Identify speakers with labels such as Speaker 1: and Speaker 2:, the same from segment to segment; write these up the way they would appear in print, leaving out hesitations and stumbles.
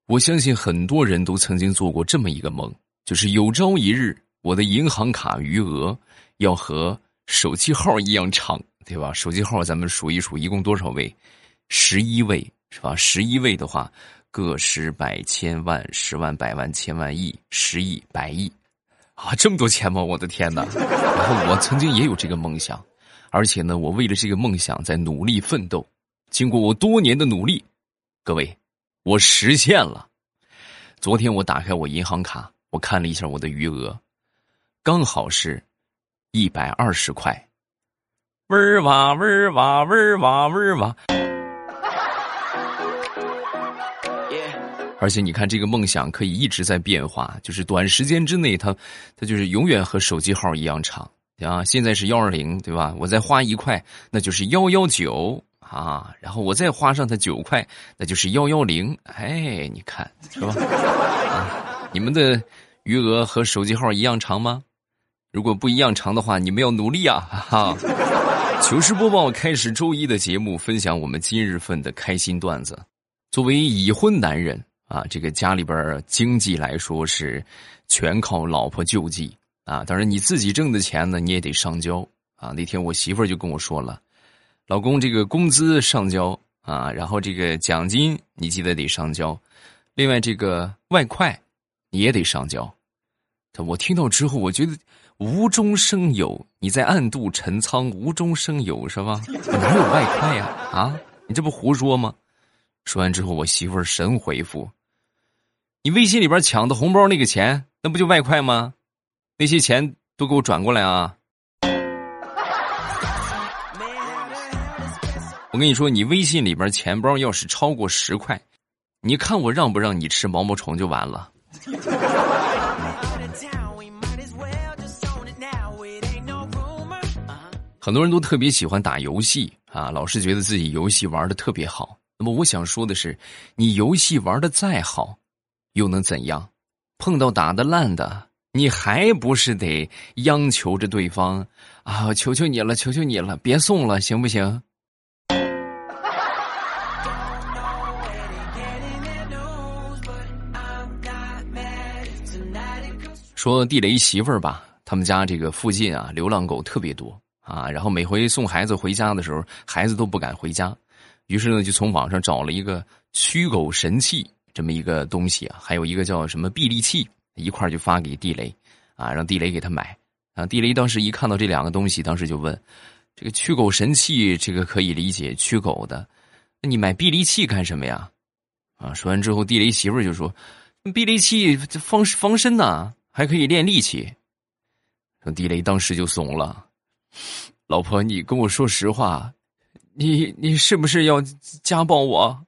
Speaker 1: 我相信很多人都曾经做过这么一个梦，就是有朝一日我的银行卡余额要和手机号一样长，对吧？手机号咱们数一数一共多少位？11位，是吧？11位的话，个十百千万十万百万千万亿10亿100亿啊，这么多钱吗？我的天哪！然后我曾经也有这个梦想，而且呢，我为了这个梦想在努力奋斗。经过我多年的努力，各位，我实现了。昨天我打开我银行卡，我看了一下我的余额，刚好是120块。味儿哇味儿哇味儿哇味儿哇。而且你看，这个梦想可以一直在变化，就是短时间之内它就是永远和手机号一样长啊。现在是120，对吧？我再花1块，那就是119啊，然后我再花上它9块，那就是110。哎，你看是吧？啊，你们的余额和手机号一样长吗？如果不一样长的话，你们要努力啊！哈哈。糗事播报开始周一的节目，分享我们今日份的开心段子。作为已婚男人啊，这个家里边经济来说是全靠老婆救济啊。当然你自己挣的钱呢，你也得上交啊。那天我媳妇儿就跟我说了，老公，这个工资上交啊，然后这个奖金你记得得上交，另外这个外快你也得上交。我听到之后，我觉得无中生有，你在暗度陈仓，无中生有是吧？我哪有外快呀？啊，你这不胡说吗？说完之后，我媳妇儿神回复：你微信里边抢的红包那个钱，那不就外快吗？那些钱都给我转过来啊！我跟你说，你微信里边钱包要是超过10块，你看我让不让你吃毛毛虫就完了。很多人都特别喜欢打游戏啊，老是觉得自己游戏玩得特别好。那么我想说的是，你游戏玩得再好，又能怎样？碰到打得烂的，你还不是得央求着对方啊，求求你了，求求你了，别送了，行不行？说地雷媳妇儿吧，他们家这个附近啊，流浪狗特别多啊，然后每回送孩子回家的时候，孩子都不敢回家，于是呢，就从网上找了一个驱狗神器这么一个东西啊，还有一个叫什么臂力器，一块就发给地雷啊，让地雷给他买啊。地雷当时一看到这两个东西，当时就问：这个驱狗神器这个可以理解，驱狗的，那你买臂力器干什么呀？啊，说完之后，地雷媳妇儿就说：臂力器防身呐，还可以练力气。地雷当时就怂了，老婆，你跟我说实话，你是不是要家暴我？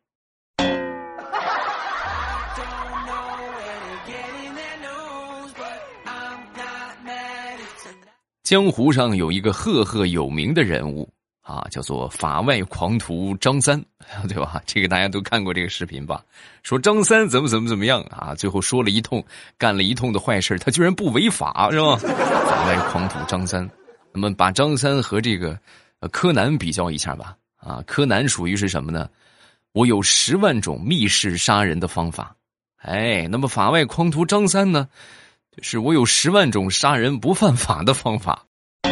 Speaker 1: 江湖上有一个赫赫有名的人物啊，叫做法外狂徒张三，对吧？这个大家都看过这个视频吧？说张三怎么样啊，最后说了一通，干了一通的坏事，他居然不违法，是吧？法外狂徒张三。那么把张三和这个柯南比较一下吧。啊，柯南属于是什么呢？我有10万种密室杀人的方法。哎，那么法外狂徒张三呢？就是我有10万种杀人不犯法的方法。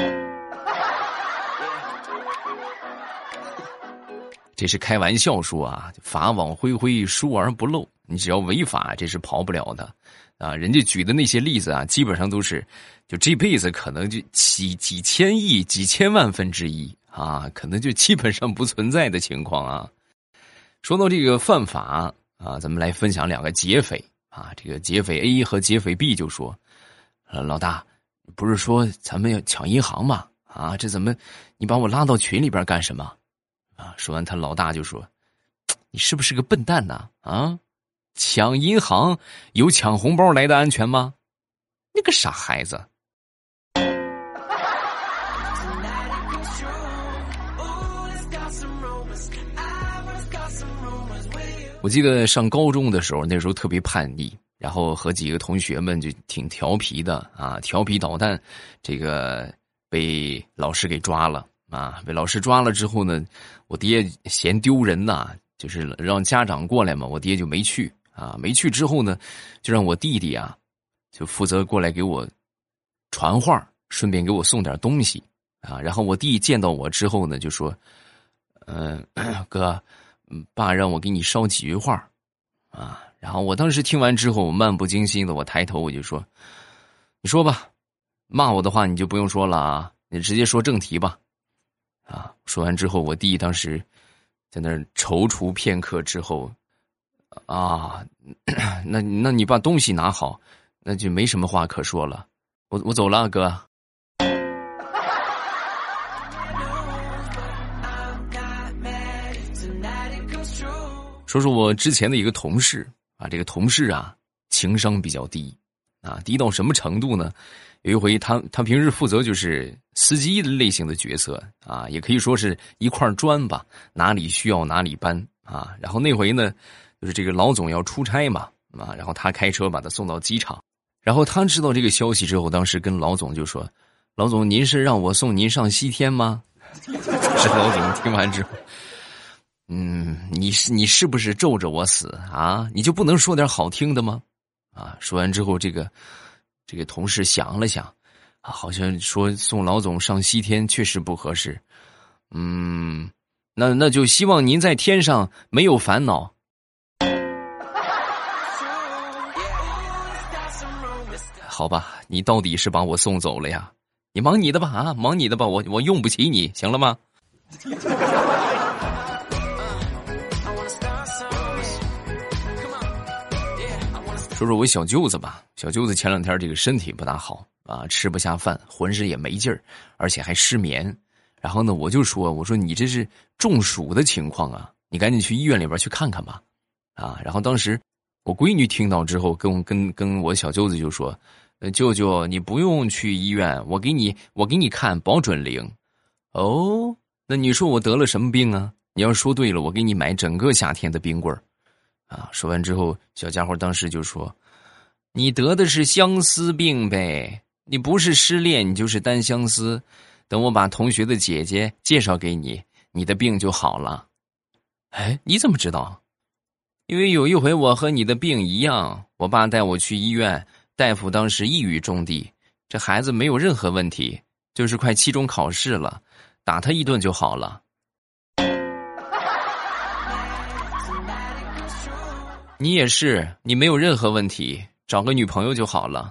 Speaker 1: 这是开玩笑说啊，法网恢恢，疏而不漏。你只要违法，这是跑不了的啊！人家举的那些例子啊，基本上都是，就这辈子可能就几千亿、几千万分之一啊，可能就基本上不存在的情况啊。说到这个犯法啊，咱们来分享2个劫匪啊。这个劫匪 A 和劫匪 B 就说：老大，不是说咱们要抢银行吗？啊，这怎么你把我拉到群里边干什么？啊！说完，他老大就说：“你是不是个笨蛋呢？啊，抢银行有抢红包来的安全吗？你个傻孩子！”我记得上高中的时候，那时候特别叛逆，然后和几个同学们就挺调皮的啊，调皮捣蛋，这个被老师给抓了。啊，被老师抓了之后呢，我爹嫌丢人呐，就是让家长过来嘛，我爹就没去啊。没去之后呢，就让我弟弟啊，就负责过来给我传话，顺便给我送点东西啊。然后我弟见到我之后呢，就说：“哥，爸让我给你捎几句话啊。”然后我当时听完之后，我漫不经心的，我抬头我就说：“你说吧，骂我的话你就不用说了啊，你直接说正题吧。”啊，说完之后，我弟当时在那儿踌躇片刻之后，啊，那你把东西拿好，那就没什么话可说了。我走了，哥。说说我之前的一个同事啊，这个同事啊，情商比较低啊，低到什么程度呢？有一回他平时负责就是司机的类型的角色啊，也可以说是一块砖吧，哪里需要哪里搬啊。然后那回呢，就是这个老总要出差嘛啊，然后他开车把他送到机场，然后他知道这个消息之后，当时跟老总就说：“老总，您是让我送您上西天吗？”是老总听完之后，你是不是咒着我死啊？你就不能说点好听的吗？啊，说完之后，这个同事想了想，啊，好像说送老总上西天确实不合适。那就希望您在天上没有烦恼。好吧，你到底是把我送走了呀？你忙你的吧啊，忙你的吧，我用不起你，行了吗？说说我小舅子吧，小舅子前两天这个身体不大好啊，吃不下饭，浑身也没劲儿，而且还失眠。然后呢，我说你这是中暑的情况啊，你赶紧去医院里边去看看吧，啊。然后当时我闺女听到之后，跟我小舅子就说：“舅舅，你不用去医院，我给你看，保准灵。”哦，那你说我得了什么病啊？你要说对了，我给你买整个夏天的冰棍儿。啊！说完之后，小家伙当时就说：“你得的是相思病呗，你不是失恋，你就是单相思。等我把同学的姐姐介绍给你，你的病就好了。”哎，你怎么知道？因为有一回我和你的病一样，我爸带我去医院，大夫当时一语中的，这孩子没有任何问题，就是快期中考试了，打他一顿就好了。你也是，你没有任何问题，找个女朋友就好了。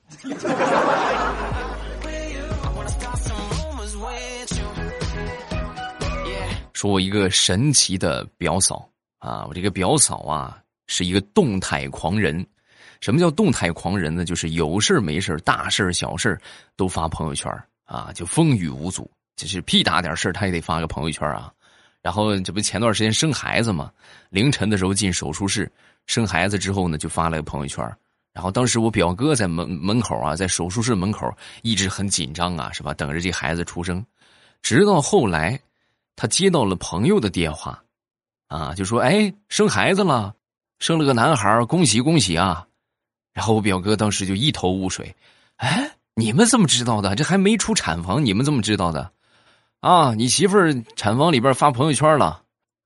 Speaker 1: 说我一个神奇的表嫂啊，我这个表嫂啊是一个动态狂人。什么叫动态狂人呢？就是有事没事，大事小事都发朋友圈啊，就风雨无阻，就是屁大点事他也得发个朋友圈啊。然后这不前段时间生孩子嘛，凌晨的时候进手术室。生孩子之后呢，就发了个朋友圈。然后当时我表哥在门口啊，在手术室门口一直很紧张啊，是吧？等着这孩子出生。直到后来，他接到了朋友的电话，啊，就说：“哎，生孩子了，生了个男孩，恭喜恭喜啊！”然后我表哥当时就一头雾水，哎，你们怎么知道的？这还没出产房，你们怎么知道的？啊，你媳妇儿产房里边发朋友圈了。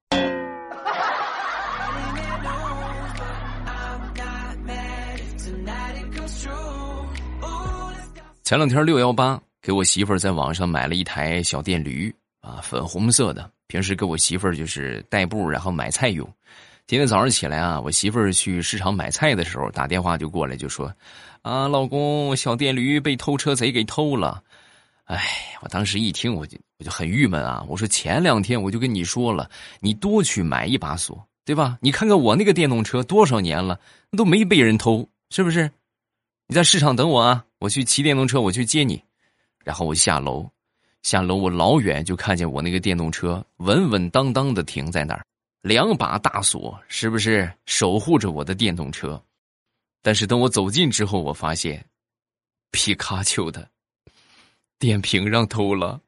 Speaker 1: 前两天618给我媳妇儿在网上买了一台小电驴啊，粉红色的，平时给我媳妇儿就是代步然后买菜用。今天早上起来啊，我媳妇儿去市场买菜的时候打电话就过来就说：“啊，老公，小电驴被偷车贼给偷了。”哎，我当时一听我就很郁闷啊，我说前2天我就跟你说了，你多去买一把锁，对吧？你看看我那个电动车多少年了，都没被人偷，是不是？你在市场等我啊，我去骑电动车，我去接你。然后我下楼我老远就看见我那个电动车稳稳当当的停在那儿，2把大锁，是不是守护着我的电动车？但是等我走近之后，我发现皮卡丘的电瓶让偷了。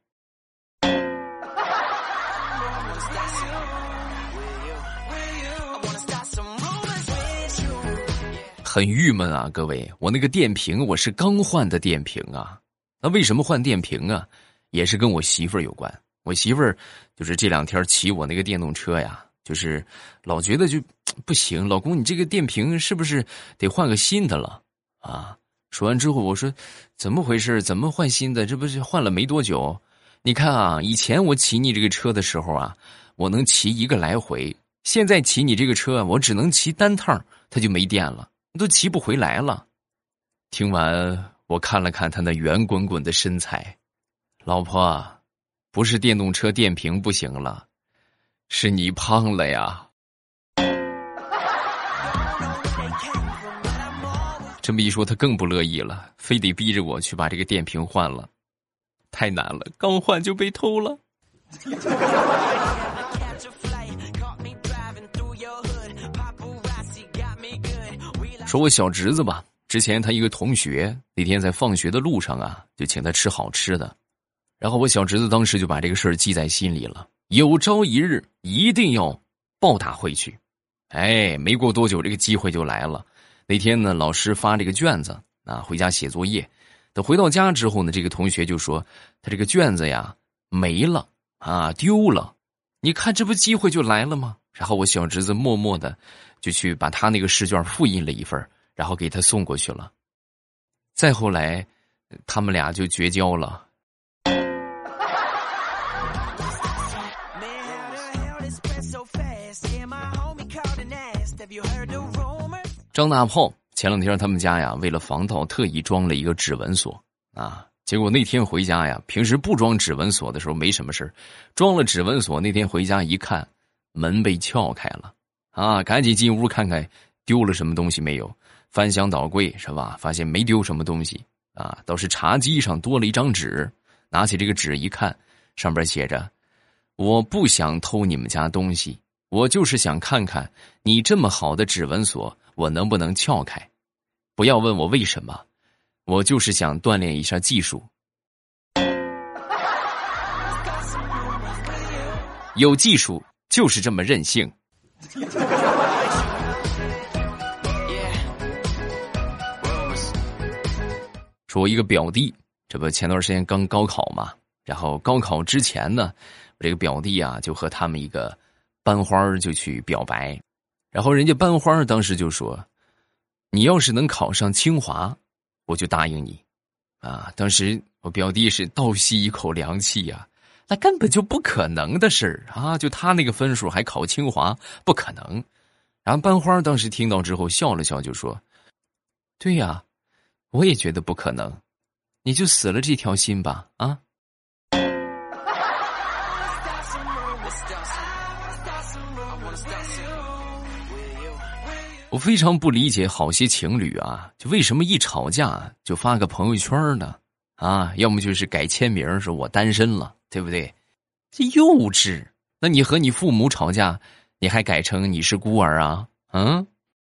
Speaker 1: 很郁闷啊，各位，我那个电瓶我是刚换的电瓶啊。那为什么换电瓶啊？也是跟我媳妇儿有关。我媳妇儿就是这2天骑我那个电动车呀， 就是老觉得就不行，老公你这个电瓶是不是得换个新的了啊？说完之后我说怎么回事？怎么换新的？这不是换了没多久？你看啊，以前我骑你这个车的时候啊，我能骑1个来回，现在骑你这个车我只能骑单趟，它就没电了，都骑不回来了。听完我看了看他那圆滚滚的身材，老婆，不是电动车电瓶不行了，是你胖了呀。这么一说他更不乐意了，非得逼着我去把这个电瓶换了，太难了，刚换就被偷了。说我小侄子吧，之前他一个同学那天在放学的路上啊，就请他吃好吃的，然后我小侄子当时就把这个事儿记在心里了，有朝一日一定要报答回去。哎，没过多久这个机会就来了。那天呢，老师发这个卷子啊，回家写作业。等回到家之后呢，这个同学就说他这个卷子呀没了啊，丢了。你看这不机会就来了吗？然后我小侄子默默的就去把他那个试卷复印了一份，然后给他送过去了。再后来他们俩就绝交了。张大炮前两天他们家呀，为了防盗特意装了一个指纹锁啊。结果那天回家呀，平时不装指纹锁的时候没什么事，装了指纹锁那天回家一看，门被撬开了啊，赶紧进屋看看丢了什么东西没有。翻箱倒柜是吧，发现没丢什么东西啊，倒是茶几上多了一张纸。拿起这个纸一看，上边写着：我不想偷你们家东西，我就是想看看你这么好的指纹锁我能不能撬开。不要问我为什么，我就是想锻炼一下技术。有技术就是这么任性。说我一个表弟，这不前段时间刚高考嘛，然后高考之前呢，我这个表弟啊就和他们一个班花就去表白，然后人家班花当时就说，你要是能考上清华我就答应你啊。当时我表弟是倒吸一口凉气呀，那根本就不可能的事儿啊，就他那个分数还考清华，不可能。然后班花当时听到之后笑了笑就说，对呀，我也觉得不可能，你就死了这条心吧啊。我非常不理解好些情侣啊，就为什么一吵架就发个朋友圈呢？啊，要么就是改签名说我单身了，对不对？这幼稚。那你和你父母吵架，你还改成你是孤儿啊？嗯？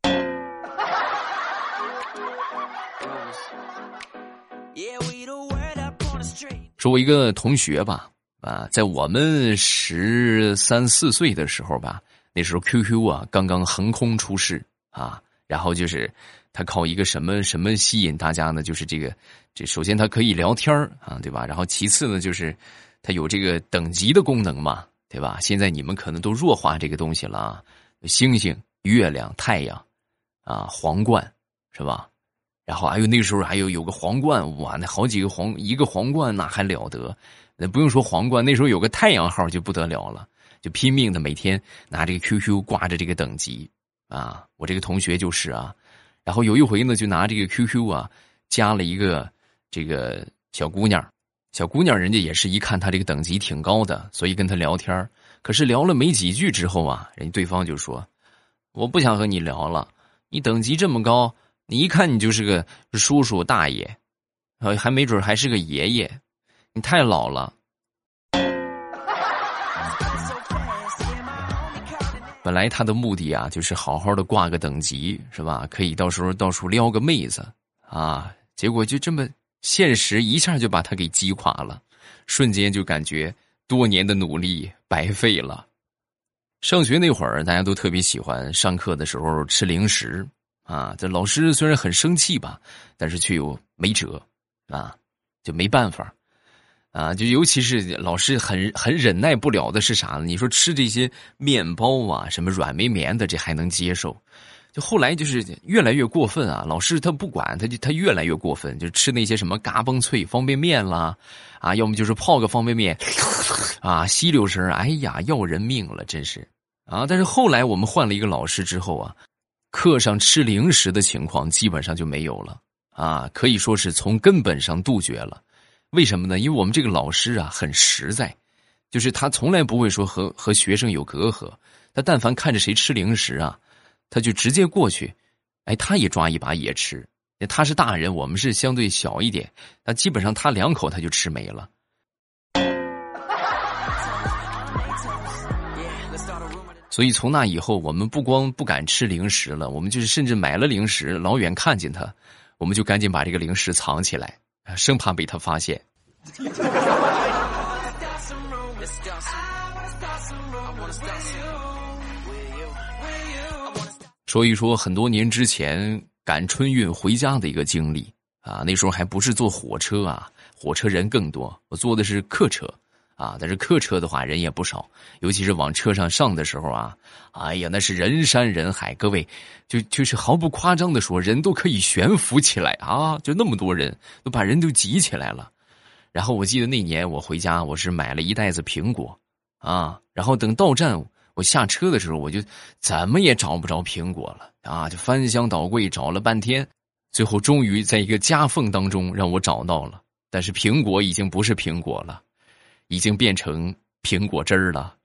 Speaker 1: 说我一个同学吧，啊，在我们13、14岁的时候吧，那时候 QQ 啊刚刚横空出世啊，然后就是他靠一个什么吸引大家呢？就是这首先它可以聊天啊，对吧？然后其次呢，就是它有这个等级的功能嘛，对吧？现在你们可能都弱化这个东西了啊，星星、月亮、太阳啊，皇冠是吧？然后还有那个时候还有个皇冠，哇，那好几个一个皇冠那还了得？那不用说皇冠，那时候有个太阳号就不得了了，就拼命的每天拿这个 QQ 挂着这个等级啊。我这个同学就是啊，然后有一回呢，就拿这个 QQ 啊加了一个这个小姑娘，人家也是一看她这个等级挺高的，所以跟她聊天。可是聊了没几句之后啊，人家对方就说，我不想和你聊了，你等级这么高，你一看你就是个叔叔大爷，还没准还是个爷爷，你太老了。本来他的目的啊，就是好好的挂个等级，是吧？可以到时候到处撩个妹子啊。结果就这么现实一下就把他给击垮了，瞬间就感觉多年的努力白费了。上学那会儿，大家都特别喜欢上课的时候吃零食啊。这老师虽然很生气吧，但是却又没辙啊，就没办法就尤其是老师很忍耐不了的是啥呢？你说吃这些面包啊，什么软绵绵的，这还能接受。就后来就是越来越过分啊！老师他不管，他越来越过分，就吃那些什么嘎嘣脆方便面啦，要么就是泡个方便面，吸溜声，哎呀，要人命了，真是啊！但是后来我们换了一个老师之后啊，课上吃零食的情况基本上就没有了可以说是从根本上杜绝了。为什么呢？因为我们这个老师啊很实在，就是他从来不会说和学生有隔阂，他但凡看着谁吃零食啊，他就直接过去，他也抓一把也吃。他是大人，我们是相对小一点，基本上他2口他就吃没了。所以从那以后，我们不光不敢吃零食了，我们就是甚至买了零食，老远看见他，我们就赶紧把这个零食藏起来，生怕被他发现。说一说很多年之前赶春运回家的一个经历那时候还不是坐火车火车人更多，我坐的是客车但是客车的话人也不少，尤其是往车上上的时候哎呀，那是人山人海，各位就是毫不夸张的说，人都可以悬浮起来就那么多人都把人都挤起来了。然后我记得那年我回家，我是买了一袋子苹果然后等到站我下车的时候，我就怎么也找不着苹果了就翻箱倒柜找了半天，最后终于在一个夹缝当中让我找到了，但是苹果已经不是苹果了，已经变成苹果汁儿了。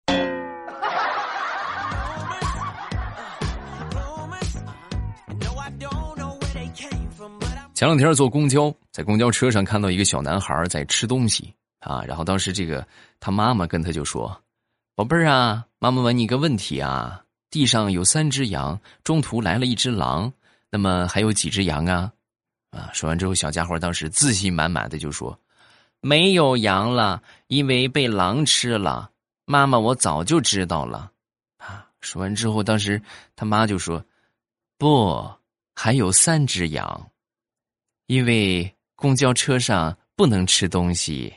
Speaker 1: 前两天坐公交，在公交车上看到一个小男孩在吃东西然后当时他妈妈跟他就说：“宝贝儿妈妈问你个问题地上有3只羊，中途来了1只狼，那么还有几只羊说完之后，小家伙当时自信满满的就说：“没有羊了，因为被狼吃了。妈妈，我早就知道了。”说完之后，当时他妈就说：“不，还有3只羊，因为公交车上不能吃东西。”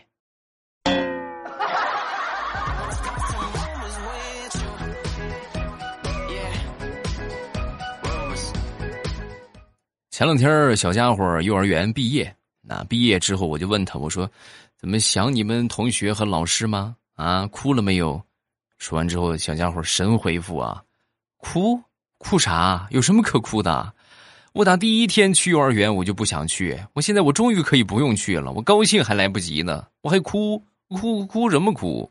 Speaker 1: 前两天小家伙幼儿园毕业，毕业之后我就问他，我说怎么想你们同学和老师吗？哭了没有？说完之后小家伙神回复哭啥？有什么可哭的？我打第1天去幼儿园我就不想去，现在我终于可以不用去了，我高兴还来不及呢，我还哭什么哭？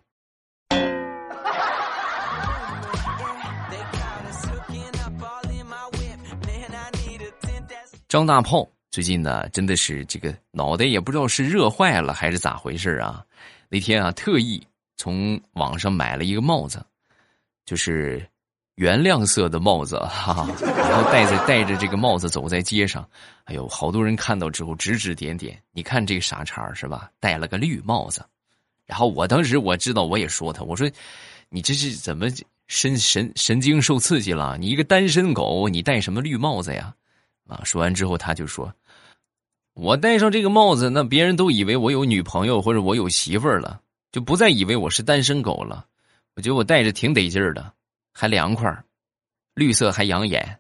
Speaker 1: 张大炮最近呢，真的是这个脑袋也不知道是热坏了还是咋回事那天特意从网上买了一个帽子，就是原亮色的帽子然后戴着这个帽子走在街上，哎呦，好多人看到之后指指点点，你看这个傻茬是吧？戴了个绿帽子。然后我当时我知道，我也说他，我说你这是怎么神经受刺激了？你一个单身狗，你戴什么绿帽子呀？说完之后他就说，我戴上这个帽子，那别人都以为我有女朋友或者我有媳妇儿了，就不再以为我是单身狗了。我觉得我戴着挺得劲儿的，还凉快，绿色还养眼。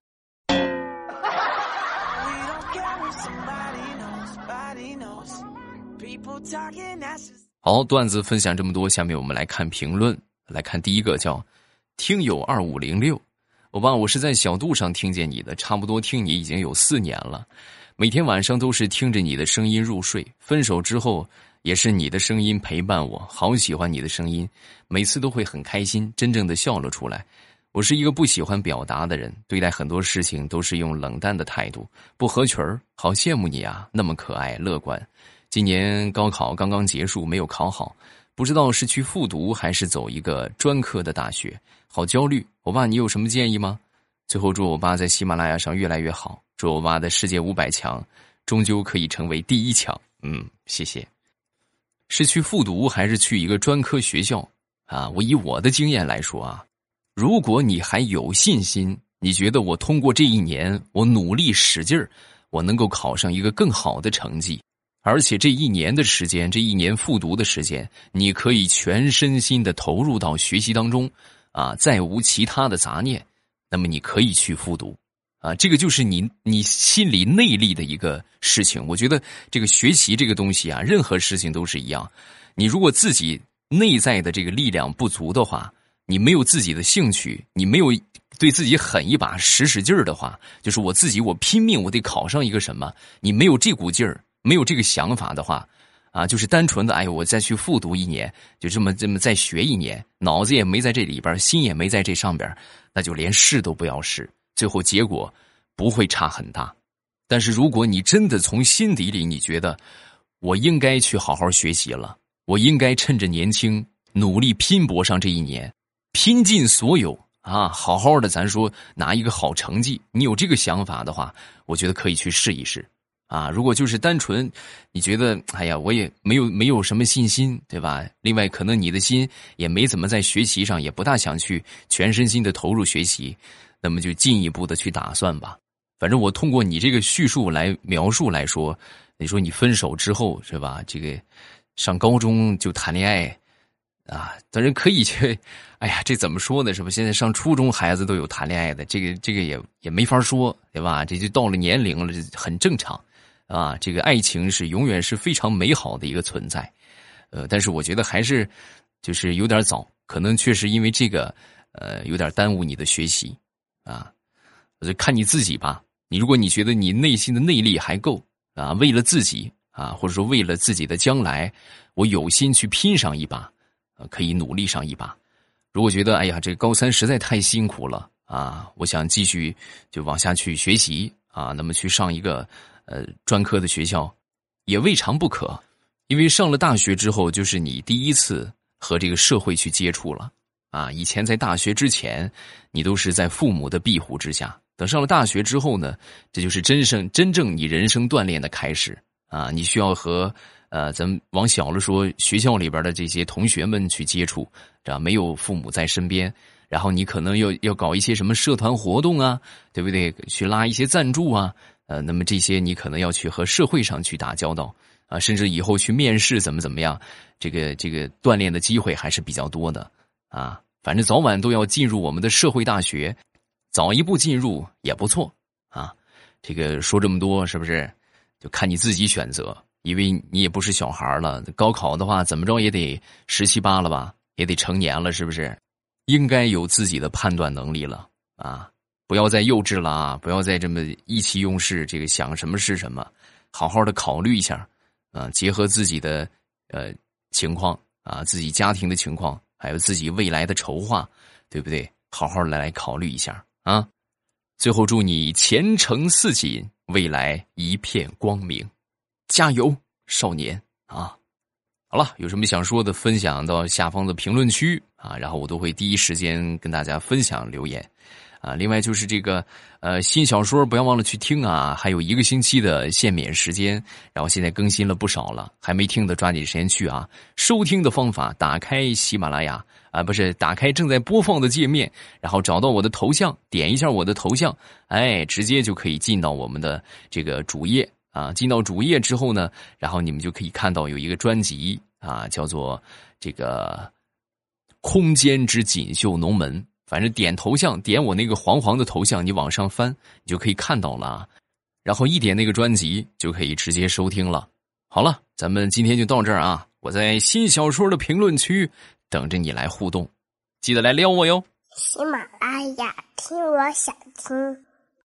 Speaker 1: 好，段子分享这么多，下面我们来看评论。来看第一个，叫听友2506。欧巴，我是在小度上听见你的，差不多听你已经有4年了，每天晚上都是听着你的声音入睡，分手之后也是你的声音陪伴我，好喜欢你的声音，每次都会很开心，真正的笑了出来。我是一个不喜欢表达的人，对待很多事情都是用冷淡的态度，不合群儿。好羡慕你啊，那么可爱乐观。今年高考刚刚结束，没有考好，不知道是去复读还是走一个专科的大学，好焦虑。欧巴，你有什么建议吗？最后祝欧巴在喜马拉雅上越来越好，祝欧巴的世界500强终究可以成为第1强。谢谢。是去复读还是去一个专科学校我以我的经验来说如果你还有信心，你觉得我通过这1年我努力使劲儿，我能够考上一个更好的成绩， 而且这一年的时间，这一年复读的时间，你可以全身心的投入到学习当中，再无其他的杂念，那么你可以去复读，这个就是你心理内力的一个事情。我觉得这个学习这个东西任何事情都是一样，你如果自己内在的这个力量不足的话，你没有自己的兴趣，你没有对自己狠一把使劲儿的话，就是我拼命我得考上一个什么，你没有这股劲儿，没有这个想法的话，就是单纯的我再去复读一年，就这么再学一年，脑子也没在这里边，心也没在这上边，那就连试都不要试，最后结果不会差很大。但是如果你真的从心底里你觉得我应该去好好学习了，我应该趁着年轻努力拼搏上这一年，拼尽所有好好的咱说拿一个好成绩，你有这个想法的话，我觉得可以去试一试如果就是单纯你觉得我也没有什么信心，对吧？另外可能你的心也没怎么在学习上，也不大想去全身心的投入学习，那么就进一步的去打算吧。反正我通过你这个叙述来描述来说，你说你分手之后是吧，这个上高中就谈恋爱当然可以去，这怎么说呢？是吧？现在上初中孩子都有谈恋爱的，这个也没法说，对吧？这就到了年龄了，这很正常这个爱情是永远是非常美好的一个存在，但是我觉得还是就是有点早，可能确实因为这个有点耽误你的学习我就看你自己吧。你如果你觉得你内心的内力还够为了自己或者说为了自己的将来，我有心去拼上一把。可以努力上一把。如果觉得这个高三实在太辛苦了我想继续就往下去学习那么去上一个专科的学校也未尝不可。因为上了大学之后，就是你第一次和这个社会去接触了以前在大学之前你都是在父母的庇护之下，等上了大学之后呢，这就是真正你人生锻炼的开始你需要和咱们往小了说，学校里边的这些同学们去接触，没有父母在身边，然后你可能要搞一些什么社团活动对不对？去拉一些赞助那么这些你可能要去和社会上去打交道甚至以后去面试怎么样，这个锻炼的机会还是比较多的反正早晚都要进入我们的社会大学，早一步进入也不错这个说这么多是不是？就看你自己选择。因为你也不是小孩了，高考的话怎么着也得17、18了吧，也得成年了，是不是？应该有自己的判断能力了不要再幼稚了不要再这么意气用事，这个想什么是什么，好好的考虑一下结合自己的情况自己家庭的情况，还有自己未来的筹划，对不对？好好的来考虑一下最后祝你前程似锦，未来一片光明。加油，少年好了，有什么想说的分享到下方的评论区然后我都会第一时间跟大家分享留言另外就是这个新小说不要忘了去听还有1个星期的限免时间，然后现在更新了不少了，还没听的抓紧时间去收听的方法，打开喜马拉雅不是打开正在播放的界面，然后找到我的头像，点一下我的头像直接就可以进到我们的这个主页进到主页之后呢，然后你们就可以看到有一个专辑叫做这个空间之锦绣龙门，反正点头像，点我那个黄黄的头像，你往上翻你就可以看到了然后一点那个专辑就可以直接收听了。好了，咱们今天就到这儿我在新小说的评论区等着你来互动，记得来撩我哟。
Speaker 2: 喜马拉雅听我想听。